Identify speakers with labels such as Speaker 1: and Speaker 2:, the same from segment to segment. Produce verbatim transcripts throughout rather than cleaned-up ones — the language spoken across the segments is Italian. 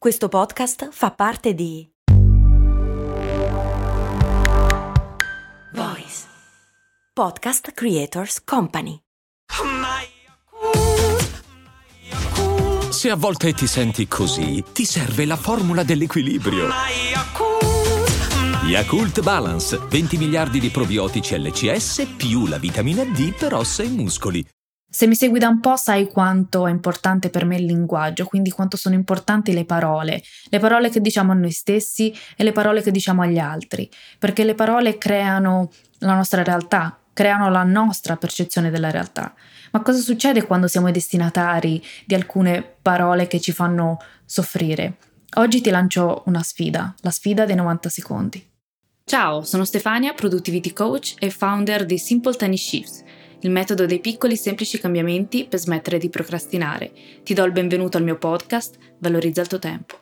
Speaker 1: Questo podcast fa parte di Voice Podcast Creators Company.
Speaker 2: Se a volte ti senti così, ti serve la formula dell'equilibrio. Yakult Balance, venti miliardi di probiotici L C S più la vitamina D per ossa e muscoli.
Speaker 3: Se mi segui da un po' sai quanto è importante per me il linguaggio, quindi quanto sono importanti le parole, le parole che diciamo a noi stessi e le parole che diciamo agli altri, perché le parole creano la nostra realtà, creano la nostra percezione della realtà. Ma cosa succede quando siamo i destinatari di alcune parole che ci fanno soffrire? Oggi ti lancio una sfida, la sfida dei novanta secondi. Ciao, sono Stefania, Productivity Coach e founder di Simple Tiny Shifts, il metodo dei piccoli semplici cambiamenti per smettere di procrastinare. Ti do il benvenuto al mio podcast, Valorizza il tuo tempo.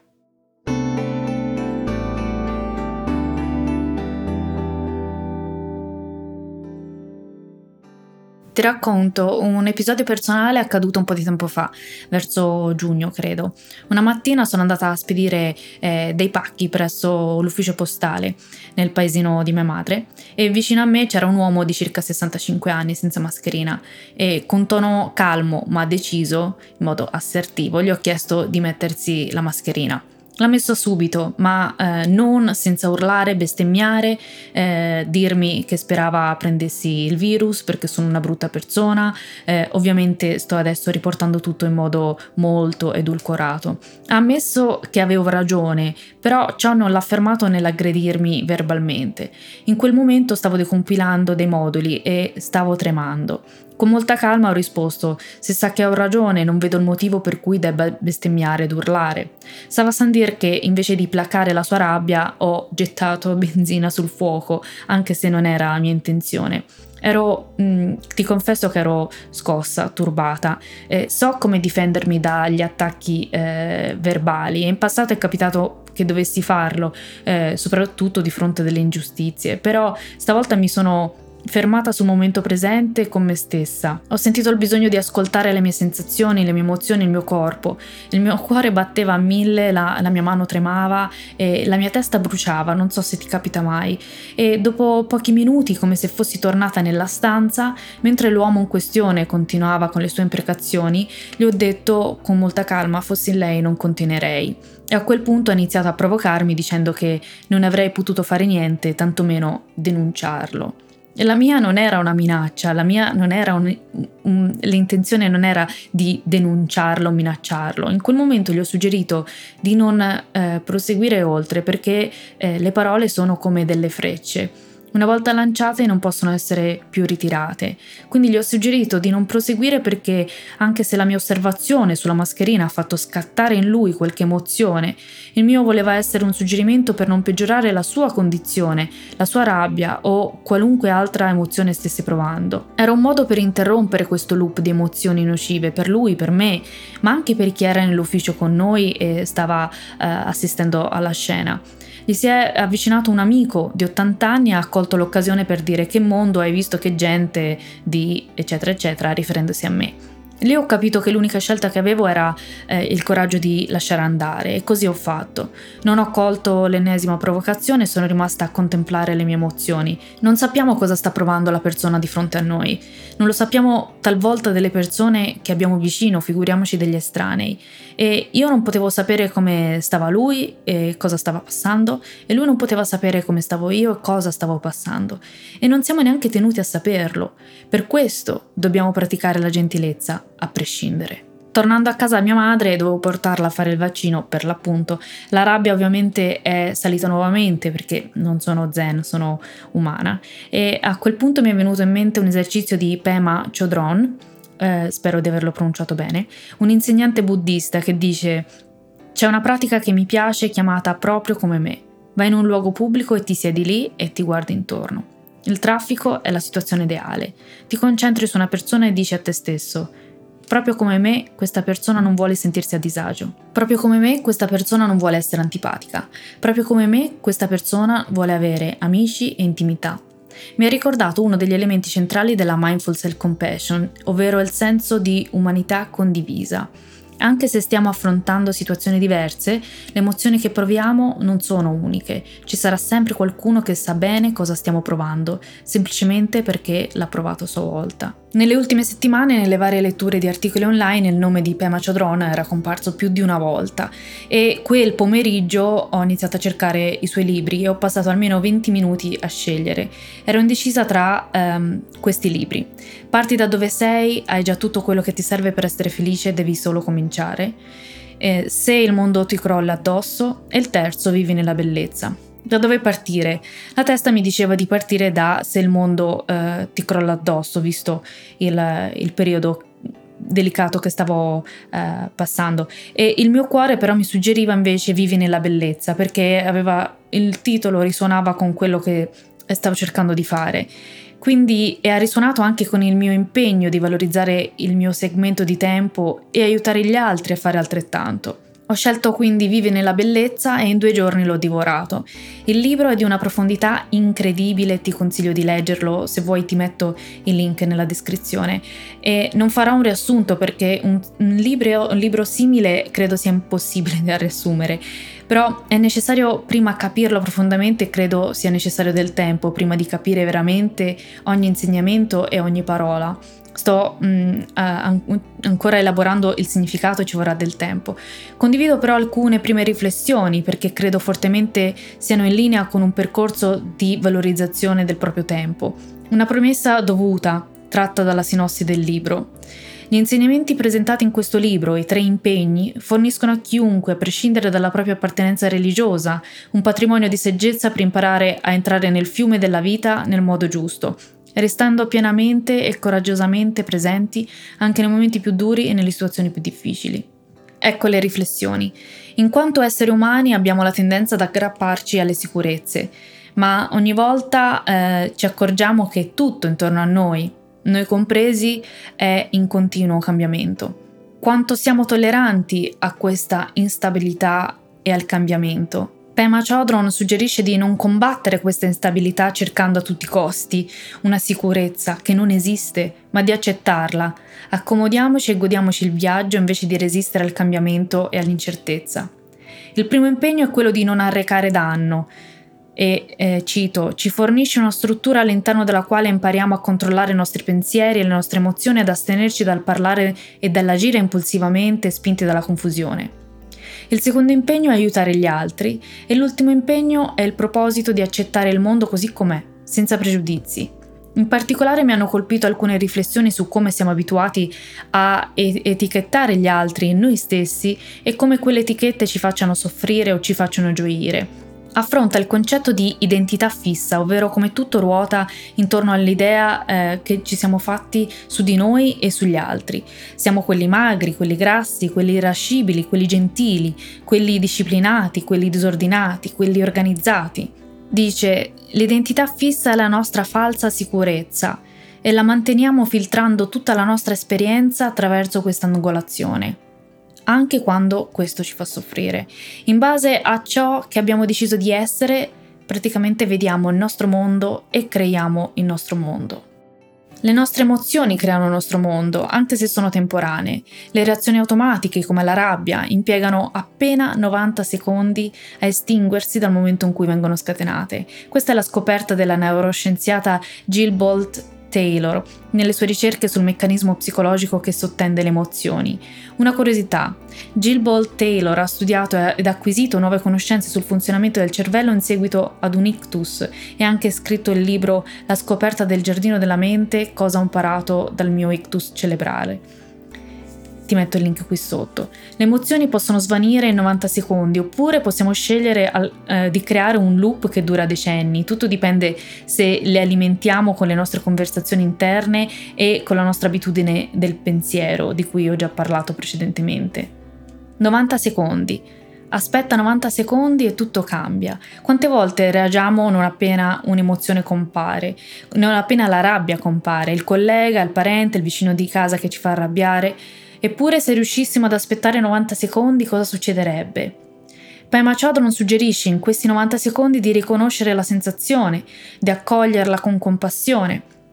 Speaker 3: Ti racconto un episodio personale accaduto un po' di tempo fa, verso giugno credo. Una mattina sono andata a spedire eh, dei pacchi presso l'ufficio postale nel paesino di mia madre e vicino a me c'era un uomo di circa sessantacinque anni senza mascherina e con tono calmo ma deciso, in modo assertivo, gli ho chiesto di mettersi la mascherina. L'ha messo subito, ma eh, non senza urlare, bestemmiare, eh, dirmi che sperava prendessi il virus perché sono una brutta persona. Eh, ovviamente sto adesso riportando tutto in modo molto edulcorato. Ha ammesso che avevo ragione, però ciò non l'ha fermato nell'aggredirmi verbalmente. In quel momento stavo decompilando dei moduli e stavo tremando. Con molta calma ho risposto: se sa che ho ragione, non vedo il motivo per cui debba bestemmiare ed urlare. Stava a dire che invece di placare la sua rabbia ho gettato benzina sul fuoco, anche se non era mia intenzione. Ero, mh, ti confesso che ero scossa, turbata. Eh, so come difendermi dagli attacchi eh, verbali e in passato è capitato che dovessi farlo, eh, soprattutto di fronte delle ingiustizie, però stavolta mi sono fermata sul momento presente con me stessa. Ho sentito il bisogno di ascoltare le mie sensazioni, le mie emozioni, il mio corpo. Il mio cuore batteva a mille, la, la mia mano tremava e la mia testa bruciava, non so se ti capita mai. E dopo pochi minuti, come se fossi tornata nella stanza, mentre l'uomo in questione continuava con le sue imprecazioni, gli ho detto con molta calma: fossi lei non continuerei. E a quel punto ha iniziato a provocarmi dicendo che non avrei potuto fare niente, tantomeno denunciarlo. E la mia non era una minaccia, la mia non era un, un, l'intenzione non era di denunciarlo o minacciarlo. In quel momento gli ho suggerito di non eh, proseguire oltre perché eh, le parole sono come delle frecce. Una volta lanciate non possono essere più ritirate. Quindi gli ho suggerito di non proseguire perché, anche se la mia osservazione sulla mascherina ha fatto scattare in lui qualche emozione, il mio voleva essere un suggerimento per non peggiorare la sua condizione, la sua rabbia o qualunque altra emozione stesse provando. Era un modo per interrompere questo loop di emozioni nocive per lui, per me, ma anche per chi era nell'ufficio con noi e stava eh, assistendo alla scena. Gli si è avvicinato un amico di ottanta anni e ha accolto l'occasione per dire: che mondo, hai visto che gente di eccetera eccetera, riferendosi a me. Lì ho capito che l'unica scelta che avevo era eh, il coraggio di lasciare andare e così ho fatto. Non ho colto l'ennesima provocazione e sono rimasta a contemplare le mie emozioni. Non sappiamo cosa sta provando la persona di fronte a noi. Non lo sappiamo talvolta delle persone che abbiamo vicino, figuriamoci degli estranei. E io non potevo sapere come stava lui e cosa stava passando e lui non poteva sapere come stavo io e cosa stavo passando. E non siamo neanche tenuti a saperlo. Per questo dobbiamo praticare la gentilezza a prescindere. Tornando a casa a mia madre, dovevo portarla a fare il vaccino per l'appunto. La rabbia ovviamente è salita nuovamente perché non sono zen, sono umana. E a quel punto mi è venuto in mente un esercizio di Pema Chodron, eh, spero di averlo pronunciato bene, un insegnante buddista che dice: c'è una pratica che mi piace chiamata proprio come me. Vai in un luogo pubblico e ti siedi lì e ti guardi intorno. Il traffico è la situazione ideale. Ti concentri su una persona e dici a te stesso: proprio come me, questa persona non vuole sentirsi a disagio. Proprio come me, questa persona non vuole essere antipatica. Proprio come me, questa persona vuole avere amici e intimità. Mi ha ricordato uno degli elementi centrali della Mindful Self-Compassion, ovvero il senso di umanità condivisa. Anche se stiamo affrontando situazioni diverse, le emozioni che proviamo non sono uniche. Ci sarà sempre qualcuno che sa bene cosa stiamo provando, semplicemente perché l'ha provato a sua volta. Nelle ultime settimane, nelle varie letture di articoli online, il nome di Pema Chodron era comparso più di una volta e quel pomeriggio ho iniziato a cercare i suoi libri e ho passato almeno venti minuti a scegliere. Ero indecisa tra um, questi libri. Parti da dove sei, hai già tutto quello che ti serve per essere felice, devi solo cominciare. Eh, se il mondo ti crolla addosso, e il terzo, vivi nella bellezza. Da dove partire? La testa mi diceva di partire da Se il mondo eh, ti crolla addosso, visto il, il periodo delicato che stavo eh, passando, e il mio cuore però mi suggeriva invece Vivi nella bellezza, perché aveva, il titolo risuonava con quello che stavo cercando di fare. Quindi e ha risuonato anche con il mio impegno di valorizzare il mio segmento di tempo e aiutare gli altri a fare altrettanto. Ho scelto quindi Vivi nella bellezza e in due giorni l'ho divorato. Il libro è di una profondità incredibile, ti consiglio di leggerlo, se vuoi ti metto il link nella descrizione. E non farò un riassunto perché un, un, libro, un libro simile credo sia impossibile da riassumere, però è necessario prima capirlo profondamente e credo sia necessario del tempo prima di capire veramente ogni insegnamento e ogni parola. Sto mh, uh, ancora elaborando il significato, ci vorrà del tempo. Condivido però alcune prime riflessioni perché credo fortemente siano in linea con un percorso di valorizzazione del proprio tempo. Una premessa dovuta, tratta dalla sinossi del libro. Gli insegnamenti presentati in questo libro, i tre impegni, forniscono a chiunque, a prescindere dalla propria appartenenza religiosa, un patrimonio di saggezza per imparare a entrare nel fiume della vita nel modo giusto, restando pienamente e coraggiosamente presenti anche nei momenti più duri e nelle situazioni più difficili. Ecco le riflessioni. In quanto esseri umani abbiamo la tendenza ad aggrapparci alle sicurezze, ma ogni volta eh, ci accorgiamo che tutto intorno a noi, noi compresi, è in continuo cambiamento. Quanto siamo tolleranti a questa instabilità e al cambiamento? Pema Chodron suggerisce di non combattere questa instabilità cercando a tutti i costi una sicurezza che non esiste, ma di accettarla. Accomodiamoci e godiamoci il viaggio invece di resistere al cambiamento e all'incertezza. Il primo impegno è quello di non arrecare danno e, eh, cito, ci fornisce una struttura all'interno della quale impariamo a controllare i nostri pensieri e le nostre emozioni, ad astenerci dal parlare e dall'agire impulsivamente spinti dalla confusione. Il secondo impegno è aiutare gli altri e l'ultimo impegno è il proposito di accettare il mondo così com'è, senza pregiudizi. In particolare mi hanno colpito alcune riflessioni su come siamo abituati a etichettare gli altri e noi stessi e come quelle etichette ci facciano soffrire o ci facciano gioire. Affronta il concetto di identità fissa, ovvero come tutto ruota intorno all'idea eh, che ci siamo fatti su di noi e sugli altri. Siamo quelli magri, quelli grassi, quelli irascibili, quelli gentili, quelli disciplinati, quelli disordinati, quelli organizzati. Dice, l'identità fissa è la nostra falsa sicurezza e la manteniamo filtrando tutta la nostra esperienza attraverso questa angolazione, anche quando questo ci fa soffrire. In base a ciò che abbiamo deciso di essere, praticamente vediamo il nostro mondo e creiamo il nostro mondo. Le nostre emozioni creano il nostro mondo, anche se sono temporanee. Le reazioni automatiche, come la rabbia, impiegano appena novanta secondi a estinguersi dal momento in cui vengono scatenate. Questa è la scoperta della neuroscienziata Jill Bolte Taylor nelle sue ricerche sul meccanismo psicologico che sottende le emozioni. Una curiosità: Jill Bolte Taylor ha studiato ed acquisito nuove conoscenze sul funzionamento del cervello in seguito ad un ictus e ha anche scritto il libro La scoperta del giardino della mente, cosa ho imparato dal mio ictus cerebrale. Ti metto il link qui sotto. Le emozioni possono svanire in novanta secondi oppure possiamo scegliere al, eh, di creare un loop che dura decenni. Tutto dipende se le alimentiamo con le nostre conversazioni interne e con la nostra abitudine del pensiero, di cui ho già parlato precedentemente. novanta secondi. Aspetta novanta secondi e tutto cambia. Quante volte reagiamo non appena un'emozione compare, non appena la rabbia compare, il collega, il parente, il vicino di casa che ci fa arrabbiare? Eppure se riuscissimo ad aspettare novanta secondi cosa succederebbe? Pema Chodron suggerisce in questi novanta secondi di riconoscere la sensazione, di accoglierla con compassione.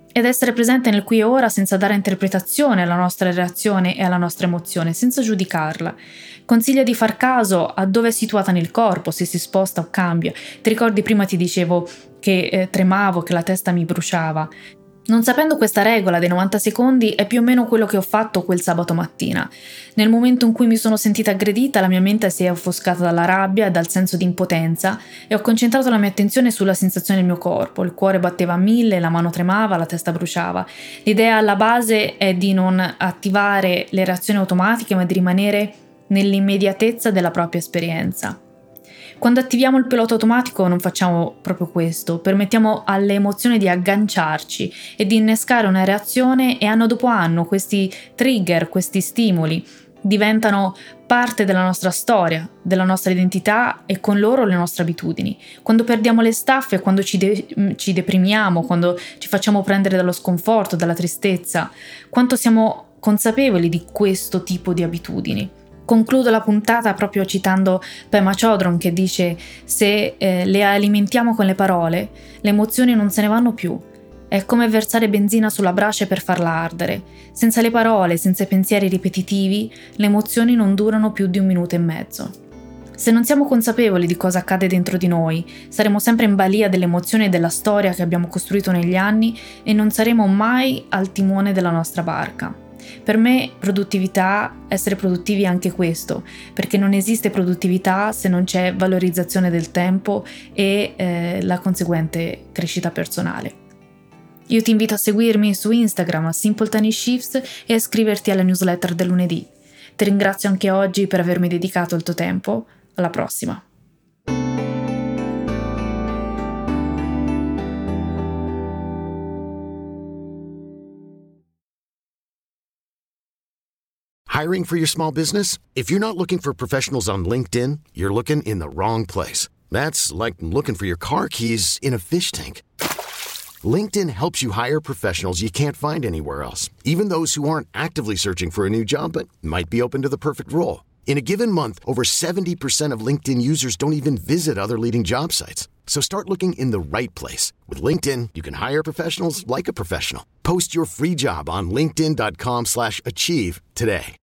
Speaker 3: ed essere presente nel qui e ora senza dare interpretazione alla nostra reazione e alla nostra emozione, senza giudicarla. Consiglia di far caso a dove è situata nel corpo, se si sposta o cambia. Ti ricordi prima ti dicevo che eh, tremavo, che la testa mi bruciava? Non sapendo questa regola dei novanta secondi è più o meno quello che ho fatto quel sabato mattina. Nel momento in cui mi sono sentita aggredita, la mia mente si è offuscata dalla rabbia e dal senso di impotenza e ho concentrato la mia attenzione sulla sensazione del mio corpo. Il cuore batteva a mille, la mano tremava, la testa bruciava. L'idea alla base è di non attivare le reazioni automatiche, ma di rimanere nell'immediatezza della propria esperienza. Quando attiviamo il pilota automatico non facciamo proprio questo, permettiamo alle emozioni di agganciarci e di innescare una reazione e anno dopo anno questi trigger, questi stimoli diventano parte della nostra storia, della nostra identità e con loro le nostre abitudini. Quando perdiamo le staffe, quando ci, de- ci deprimiamo, quando ci facciamo prendere dallo sconforto, dalla tristezza, quanto siamo consapevoli di questo tipo di abitudini. Concludo la puntata proprio citando Pema Chodron che dice: se eh, le alimentiamo con le parole, le emozioni non se ne vanno più. È come versare benzina sulla brace per farla ardere. Senza le parole, senza i pensieri ripetitivi, le emozioni non durano più di un minuto e mezzo. Se non siamo consapevoli di cosa accade dentro di noi, saremo sempre in balia delle emozioni e della storia che abbiamo costruito negli anni e non saremo mai al timone della nostra barca. Per me produttività, essere produttivi è anche questo, perché non esiste produttività se non c'è valorizzazione del tempo e eh, la conseguente crescita personale. Io ti invito a seguirmi su Instagram a Simple Tiny Shifts e a iscriverti alla newsletter del lunedì. Ti ringrazio anche oggi per avermi dedicato il tuo tempo. Alla prossima!
Speaker 4: Hiring for your small business? If you're not looking for professionals on LinkedIn, you're looking in the wrong place. That's like looking for your car keys in a fish tank. LinkedIn helps you hire professionals you can't find anywhere else, even those who aren't actively searching for a new job but might be open to the perfect role. In a given month, over seventy percent of LinkedIn users don't even visit other leading job sites. So start looking in the right place. With LinkedIn, you can hire professionals like a professional. Post your free job on linkedin dot com slash achieve today.